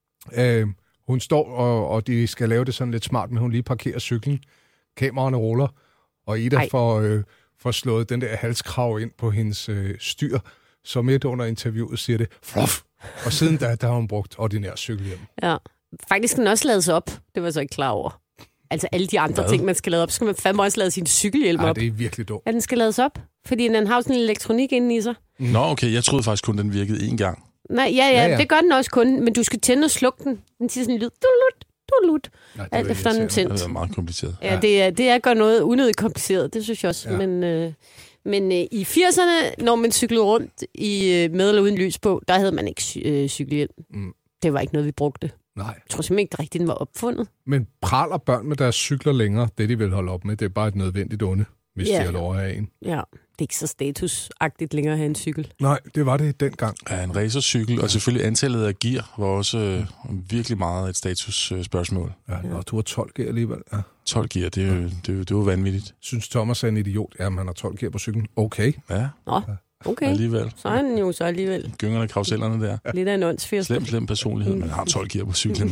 S2: Hun står, og de skal lave det sådan lidt smart, men hun lige parkerer cyklen. Kameraerne ruller, og Ida får slået den der halskrav ind på hendes styr, så midt under interviewet siger det, fluff! Og siden da har hun brugt ordinær cykelhjelm.
S3: Ja, faktisk skal den også lades op. Det var jeg så ikke klar over. Altså alle de andre ting, man skal lade op, så skal man fandme også lade sin cykelhjelm op.
S2: Ja, det er virkelig dumt.
S3: Ja, den skal lades op, fordi den har sådan en elektronik inde i sig.
S4: Nå, okay, jeg troede faktisk kun, den virkede én gang.
S3: Nej, ja, det gør den også kun, men du skal tænde og slukke den. Den siger sådan en lyd, dulut. Alt efter den tændt.
S4: Det er meget kompliceret.
S3: Ja, det er godt noget unødigt kompliceret, det synes jeg også. Ja. Men i 80'erne, når man cyklede rundt med eller uden lys på, der havde man ikke cykelhjelm. Det var ikke noget, vi brugte.
S2: Nej.
S3: Jeg tror simpelthen ikke rigtigt, den var opfundet.
S2: Men praler børn med deres cykler længere, det de vil holde op med, det er bare et nødvendigt onde, hvis de har lov at have en.
S3: Ja, det er ikke så statusagtigt længere at have en cykel.
S2: Nej, det var det dengang.
S4: Ja, en racercykel, og selvfølgelig antallet af gear var også virkelig meget et statusspørgsmål.
S2: Ja, og du har 12 gear alligevel. Ja.
S4: 12 gear, det er jo vanvittigt.
S2: Synes Thomas er en idiot? Jamen, han har 12 gear på cyklen. Okay.
S4: Ja.
S3: Nå, okay.
S4: Alligevel.
S3: Så er han jo så alligevel.
S4: Gyngerne, karussellerne der.
S3: Lidt af en åndsfyrste.
S4: Slem personlighed, men har 12 gear på cyklen.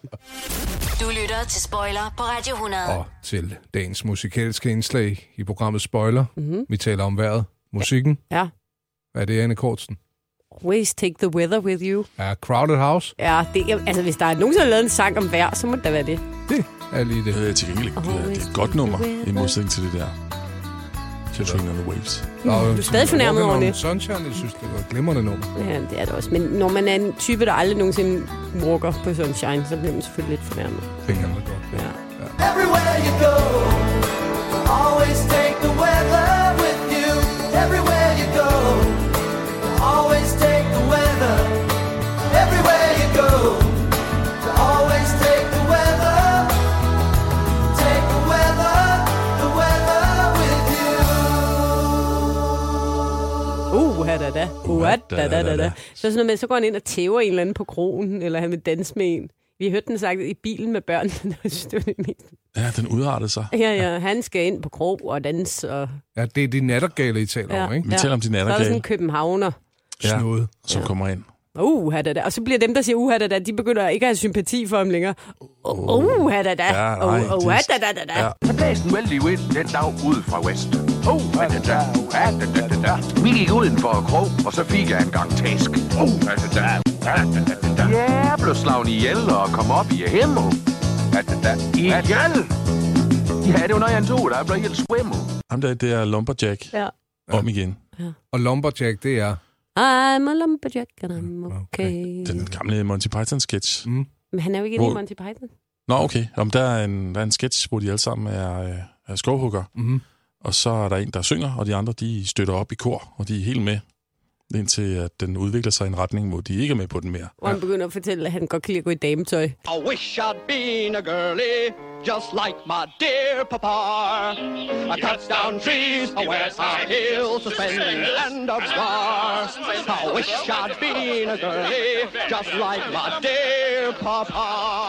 S1: Du lytter til Spoiler på Radio 100.
S2: Og til dagens musikalske indslag i programmet Spoiler. Mm-hmm. Vi taler om vejret. Musikken.
S3: Ja.
S2: Hvad er det, Anne Kortsen?
S3: Always take the weather with you.
S2: Ja, Crowded House.
S3: Ja, altså hvis der er nogen, der har lavet en sang om vejr, så må det da være det.
S2: Det er lige det.
S4: Til gengæld, det er et godt nummer i modsætning til det der. Train on the Waves.
S3: Du er stadig fornærmet over det.
S2: Sunshine, jeg synes, det var et glimrende nummer.
S3: Ja, det er det også. Men når man er en type, der aldrig nogensinde walker på Sunshine, så bliver man selvfølgelig lidt fornærmet.
S2: Det kan man godt. Ja.
S14: Everywhere you go, always take the weather with you. Everywhere you go, always take the weather. Everywhere you go, always take the weather. Take the weather with you.
S3: Da. Så sådan noget med, så går han ind og tæver en eller anden på krogen, eller han vil danse med en. Vi hørte den sagt i bilen med børn.
S4: Ja, den udartede sig.
S3: Ja, han skal ind på krog og danse. Og...
S2: Ja, det er de nattergale, I taler om, ikke?
S4: Vi taler om de nattergale.
S3: Så er der sådan en københavner.
S2: Snude.
S4: Som kommer ind.
S3: Da. Og så bliver dem, der siger da, de begynder ikke at have sympati for ham længere. Da.
S18: Da. Så blæste en vældig vind den dag ud fra vest. Da. Vi gik uden for krog, og så fik jeg en gang tæsk. Jeg blev slagen ihjel og kom op i himmel. Ihjel? Ja, det var når jeg tog, der blev helt swimmel.
S4: Ham der, det er Lumberjack.
S3: Ja.
S4: Om igen.
S2: Ja. Og Lumberjack, det er...
S3: I'm a lumberjack, and I'm okay.
S4: Den gamle Monty Python-sketch.
S2: Mm.
S3: Men han er jo ikke inde i Monty Python.
S4: Nå, okay. Der er en sketch, hvor de alle sammen er skovhugger.
S2: Mm-hmm.
S4: Og så er der en, der synger, og de andre, de støtter op i kor, og de er helt med. Indtil at den udvikler sig i en retning, hvor de ikke er med på den mere.
S3: Og han begynder at fortælle, at han godt kan lide at gå i dametøj.
S19: I wish I'd been a girlie, just like my dear papa. I cuts down trees, I wears high heels, suspending and of stars. I wish I'd been a girlie, just like my dear papa.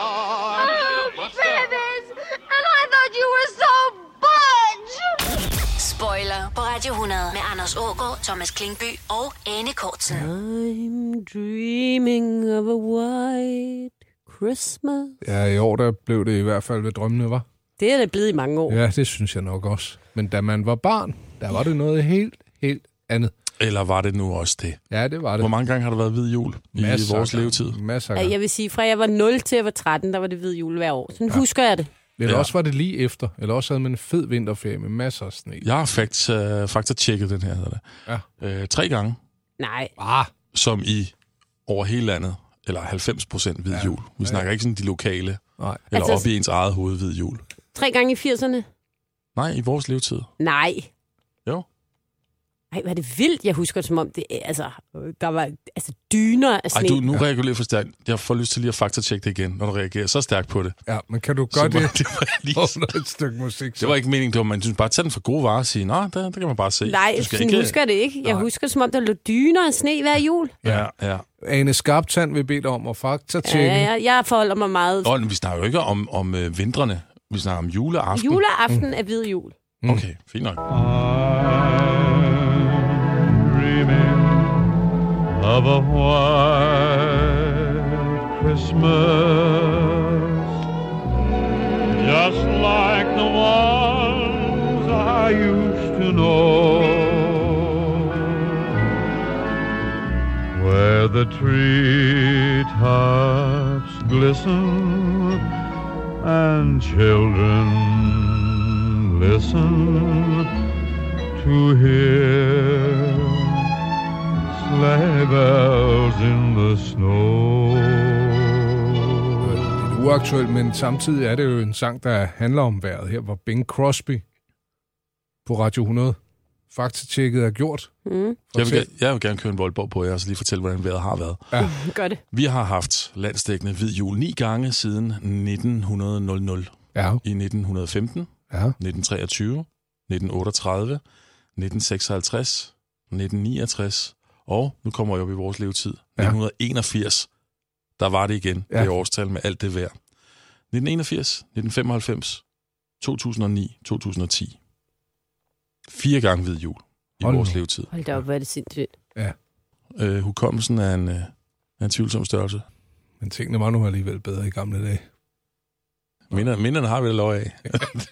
S20: Oh, babies! And I thought you were so budge!
S1: Spoiler på Radio 100 med Anders Aagaard, Thomas Klingby og Ane Kortsen.
S3: I'm dreaming of a white Christmas.
S2: Ja, i år der blev det i hvert fald ved drømmene, var.
S3: Det er det blevet i mange år.
S2: Ja, det synes jeg nok også. Men da man var barn, der var det noget helt andet.
S4: Eller var det nu også det?
S2: Ja, det var det.
S4: Hvor mange gange har der været hvid jul i vores levetid?
S2: Masser
S3: af. Jeg vil sige, fra jeg var 0 til jeg var 13, der var det hvid jul hver år. Sådan husker jeg det.
S2: Eller også var det lige efter. Eller også havde man en fed vinterferie med masser af sne.
S4: Jeg har faktatjekket den her. Ja. 3 gange.
S3: Nej.
S4: Som i over hele landet. Eller 90% hvid jul. Vi snakker ikke sådan de lokale.
S2: Nej.
S4: Eller altså, op i ens eget hoved hvid jul.
S3: 3 gange i 80'erne?
S4: Nej, i vores levetid.
S3: Nej.
S4: Jo.
S3: Ej, var det vildt, jeg husker som om det, der var dyner af sne.
S4: Ej, nu reagerer for stærkt. Jeg får lyst til lige at faktatjekke det igen, når du reagerer så stærkt på det.
S2: Ja, men kan du gøre det under et stykke musik?
S4: Det var ikke meningen, det var, man synes bare tage den for gode varer og sige, nå, der kan man bare se.
S3: Nej, jeg husker det ikke. Jeg husker som om, der lå dyner af sne hver jul.
S4: Ja.
S2: Ane Skarptand vil bede dig om at faktatjekke.
S3: Ja, jeg forholder mig meget.
S4: Vi snakker jo ikke om vintrene. Vi snakker om juleaften.
S3: Juleaften er hvid jul.
S4: Okay, fint nok.
S21: Of a white Christmas, just like the ones I used to know, where the treetops glisten and children listen to hear sleigh bells in the snow.
S2: Det er uaktuelt, men samtidig er det jo en sang, der handler om vejret. Her var Bing Crosby på Radio 100. Faktatjekket er gjort.
S4: Jeg vil gerne køre en voldborg på jer, og så lige fortælle, hvordan vejret har været.
S2: Ja.
S3: Gør det.
S4: Vi har haft landsdækkende hvid jul 9 gange siden 1900.
S2: Ja.
S4: I 1915, 1923, 1938, 1956, 1969, og nu kommer jeg op i vores levetid. 1981, der var det igen, det årstal med alt det vejr. 1981, 1995, 2009, 2010. 4 gange hvid jul i vores levetid.
S3: Hold da op, hvor er det sindssygt.
S2: Ja.
S4: Hukommelsen er en tvivlsom størrelse.
S2: Men tingene var nu alligevel bedre i gamle dage.
S4: Minderne har vi da lov af.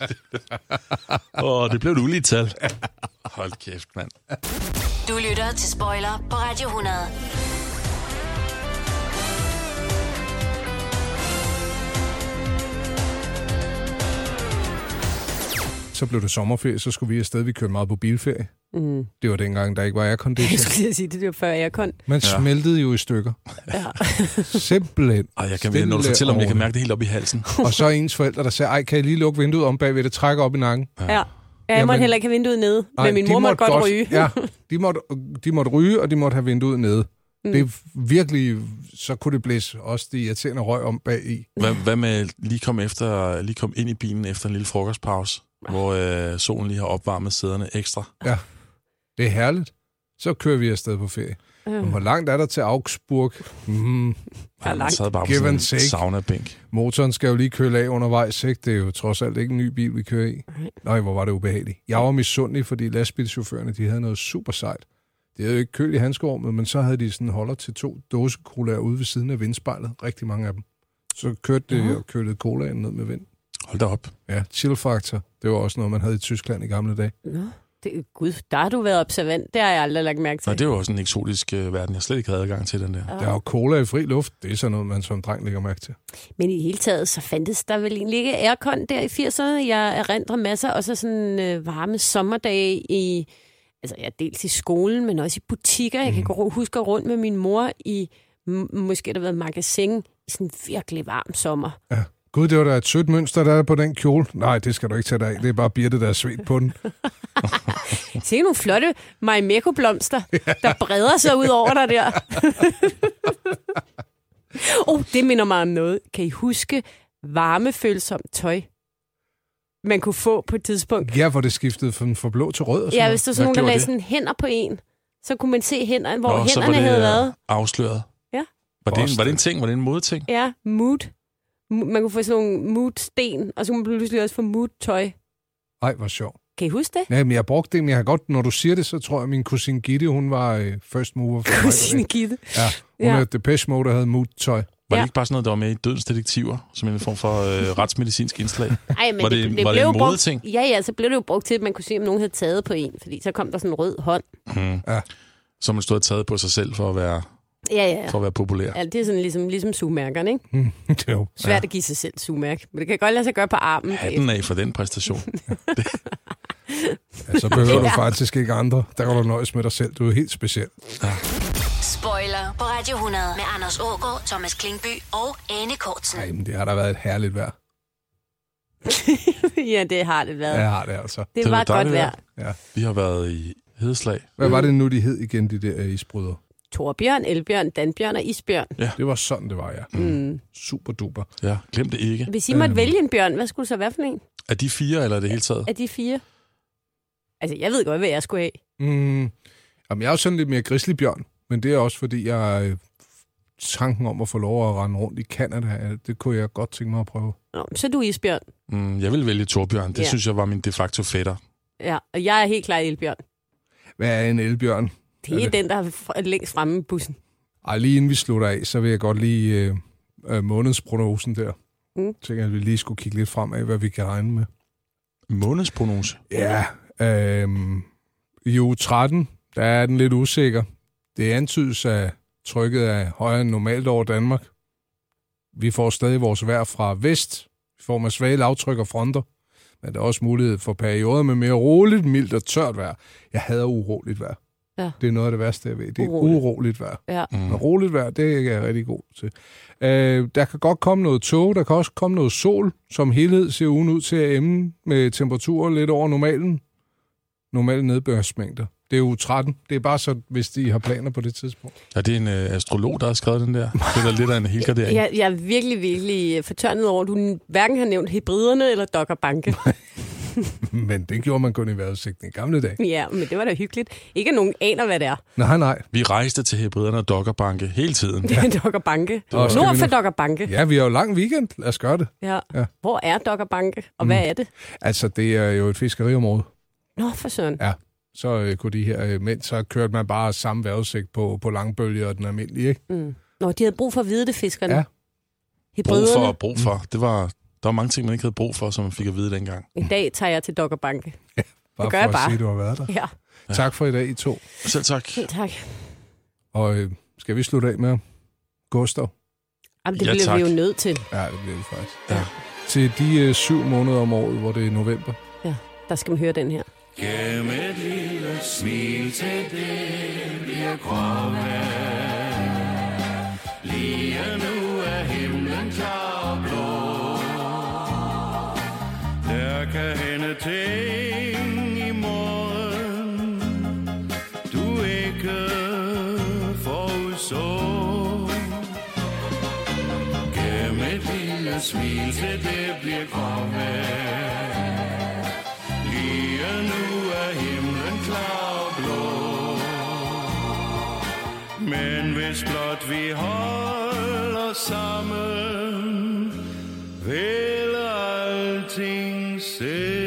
S4: Det blev et ulige tal. Hold kæft, mand.
S1: Du lytter til Spoiler på Radio 100.
S2: Så blev det sommerferie, så skulle vi afsted. Vi kørte meget på bilferie.
S3: Mm.
S2: Det var dengang, der ikke var aircondition.
S3: Jeg skulle sige, det var før aircon.
S2: Man smeltede jo i stykker.
S3: Ja.
S2: Simpelthen.
S4: Når du fortæller om, jeg kan mærke det helt op i halsen.
S2: Og så ens forældre, der sagde, ej, kan jeg lige lukke vinduet om bagved, det trækker op i nakken.
S3: Ja. Jeg måtte heller ikke have vinduet nede, men min mor måtte godt ryge.
S2: Ja, de måtte ryge, og de måtte have vinduet nede. Mm. Det er virkelig, så kunne det blæse også det irriterende røg om bag i.
S4: Hvad med lige kom ind i bilen efter en lille frokostpause, hvor solen lige har opvarmet sæderne ekstra?
S2: Ja, det er herligt. Så kører vi afsted på ferie. Men hvor langt er der til Augsburg?
S4: Man sad bare på
S2: Give and
S4: sådan en sauna-bænk.
S2: Motoren skal jo lige køle af undervejs, ikke? Det er jo trods alt ikke en ny bil, vi kører i. Nej, hvor var det ubehageligt. Jeg var misundelig, fordi lastbilchaufførerne, de havde noget super sejt. Det havde jo ikke køl i handskerummet, men så havde de sådan en holder til 2 dåsekolaer ude ved siden af vindspejlet. Rigtig mange af dem. Så kørte det og kølede colaen ned med vind.
S4: Hold da op.
S2: Ja, chill factor. Det var også noget, man havde i Tyskland i gamle dage.
S3: Nå, gud, der har du været observant. Det har jeg aldrig lagt mærke til.
S4: Nej, det var også en eksotisk verden. Jeg slet ikke havde adgang til den der.
S2: Der er jo cola i fri luft. Det er sådan noget, man som dreng lægger mærke til.
S3: Men i hele taget, så fandtes der vel egentlig ikke aircon der i 80'erne. Jeg erindrer masser, og så sådan varme sommerdage i... Altså, ja, dels i skolen, men også i butikker. Jeg kan huske rundt med min mor i... Måske der har været magasin i sådan en virkelig varm sommer.
S2: Ja. Gud, det var da et sødt mønster, der er på den kjole. Nej, det skal du ikke tage dig af. Det er bare Birte, der er svedt på den.
S3: Se nogle flotte Marimekko-blomster, der breder sig ud over dig der. Det minder mig om noget. Kan I huske varmefølsomt tøj, man kunne få på et tidspunkt?
S2: Ja, hvor det skiftede fra blå til rød. Og
S3: ja, hvis der var sådan nogen, der lagde sådan hænder på en, så kunne man se hænderne, hvor hænderne havde været.
S4: Afsløret.
S3: Ja.
S4: Var det en ting? Var det en modeting?
S3: Ja, mood. Man kunne få sådan nogle mood-sten, og så kunne man pludselig også få mood-tøj.
S2: Ej, hvor sjovt.
S3: Kan I huske det?
S2: Nej, men jeg brugte det, men jeg har godt, når du siger det, så tror jeg, at min kusine Gitte, hun var first mover.
S3: Kusine Gitte?
S2: Ja, hun havde Depeche Mode, der havde mood-tøj.
S4: Var det ikke bare sådan noget, der var med i Dødens Detektiver, som en form for retsmedicinsk indslag?
S3: Nej, men
S4: var det en modeting?
S3: Ja, så blev det jo brugt til, at man kunne se, om nogen havde taget på en, fordi så kom der sådan en rød hånd.
S2: Ja.
S4: Så man stod og taget på sig selv for at være...
S3: Ja.
S4: For at være populær.
S3: Ja, det er sådan ligesom sugemærkerne, ikke?
S2: Det er jo
S3: svært at give sig selv sugemærke, men det kan godt lade sig gøre på armen.
S4: Hatten af for den præstation.
S2: Så behøver du faktisk ikke andre. Der kan du nøjes med dig selv. Du er helt speciel.
S1: Ja. Spoiler på Radio 100 med Anders Aagaard, Thomas Klingby og Ane Kortsen.
S2: Nej, men det har da været et herligt vejr.
S3: Ja, det har det været.
S2: Ja, det har det altså.
S3: Det var godt vejr.
S2: Ja.
S4: Vi har været i Hedeslag.
S2: Hvad var det nu, de hed igen, de der isbrydere?
S3: Torbjørn, Elbjørn, Danbjørn og Isbjørn.
S2: Ja. Det var sådan, det var, ja. Super duper.
S4: Ja, glem det ikke.
S3: Hvis I måtte vælge en bjørn, hvad skulle det så være for en?
S4: Er de 4, eller er det hele taget?
S3: Er de 4? Altså, jeg ved godt, hvad jeg skulle have.
S2: Jamen, jeg er jo sådan lidt mere grizzlybjørn, men det er også, fordi jeg tanken om at få lov at rende rundt i Canada, det kunne jeg godt tænke mig at prøve.
S3: Nå, så er du isbjørn.
S4: Jeg vil vælge Torbjørn. Det synes jeg var min de facto fætter.
S3: Ja, og jeg er helt klar elbjørn.
S2: Hvad er en elbjørn?
S3: Det er den, der er længst fremme i bussen.
S2: Ej, lige inden vi slutter af, så vil jeg godt lige månedsprognosen der. Tænker, at vi lige skulle kigge lidt frem af, hvad vi kan regne med.
S4: Månedsprognose?
S2: Ja. I uge 13, der er den lidt usikker. Det antydes, at trykket er højere end normalt over Danmark. Vi får stadig vores vejr fra vest, i form af svage lavtryk og fronter. Men der er også mulighed for perioder med mere roligt, mildt og tørt vejr. Jeg hader uroligt vejr. Ja. Det er noget af det værste, jeg ved. Det er uroligt vejr. Ja. Og roligt vejr, det er jeg rigtig god til. Der kan godt komme noget tåge, der kan også komme noget sol. Som helhed ser ugen ud til at emme med temperaturer lidt over normalen. Normale nedbørsmængder. Det er uge 13. Det er bare så, hvis de har planer på det tidspunkt.
S4: Er det en astrolog, der har skrevet den der? Det er lidt af en helgardering.
S3: Jeg er virkelig, virkelig fortørnet over, at du hverken har nævnt hebriderne eller Dr. Banke.
S2: Men det gjorde man kun i vejrudsigten i gamle dage.
S3: Ja, men det var da hyggeligt. Ikke nogen aner, hvad det er.
S2: Nej.
S4: Vi rejste til hebriderne og Dr. Banke hele tiden.
S3: Det er Dr. Banke. Nord for Dr. Banke.
S2: Ja, vi har jo lang weekend. Lad os gøre det.
S3: Ja. Hvor er Dr. Banke, og hvad er det?
S2: Altså, det er jo et fiskeriområde.
S3: Nå, for søren.
S2: Ja. Så kunne de her mænd, så kørte man bare samme vejrudsigt på langbølge og den almindelige, ikke?
S3: Nå, de havde brug for at vide det, fiskerne.
S2: Ja.
S4: Brug for. Der var mange ting, man ikke havde brug for, som man fik at vide dengang.
S3: I dag tager jeg til Dr. Banke.
S2: Ja,
S3: det gør jeg bare.
S2: At se, du har været der.
S3: Ja.
S2: Tak for i dag, I to.
S4: Selv tak.
S3: Helt tak.
S2: Og skal vi slutte af med Gustav?
S3: Jamen, det bliver vi jo nødt til.
S2: Ja, det bliver vi faktisk. Ja. Til de 7 måneder om året, hvor det er november.
S3: Ja, der skal man høre den her.
S14: Gem et lille smil til det bliver gråvejr. Lige nu er himlen klar og blå. Der kan hænde ting i morgen, du ikke forudså. Gem et lille smil til det bliver gråvejr. Lige nu er himlen klar og blå. Men hvis blot vi holder sammen, vil alting se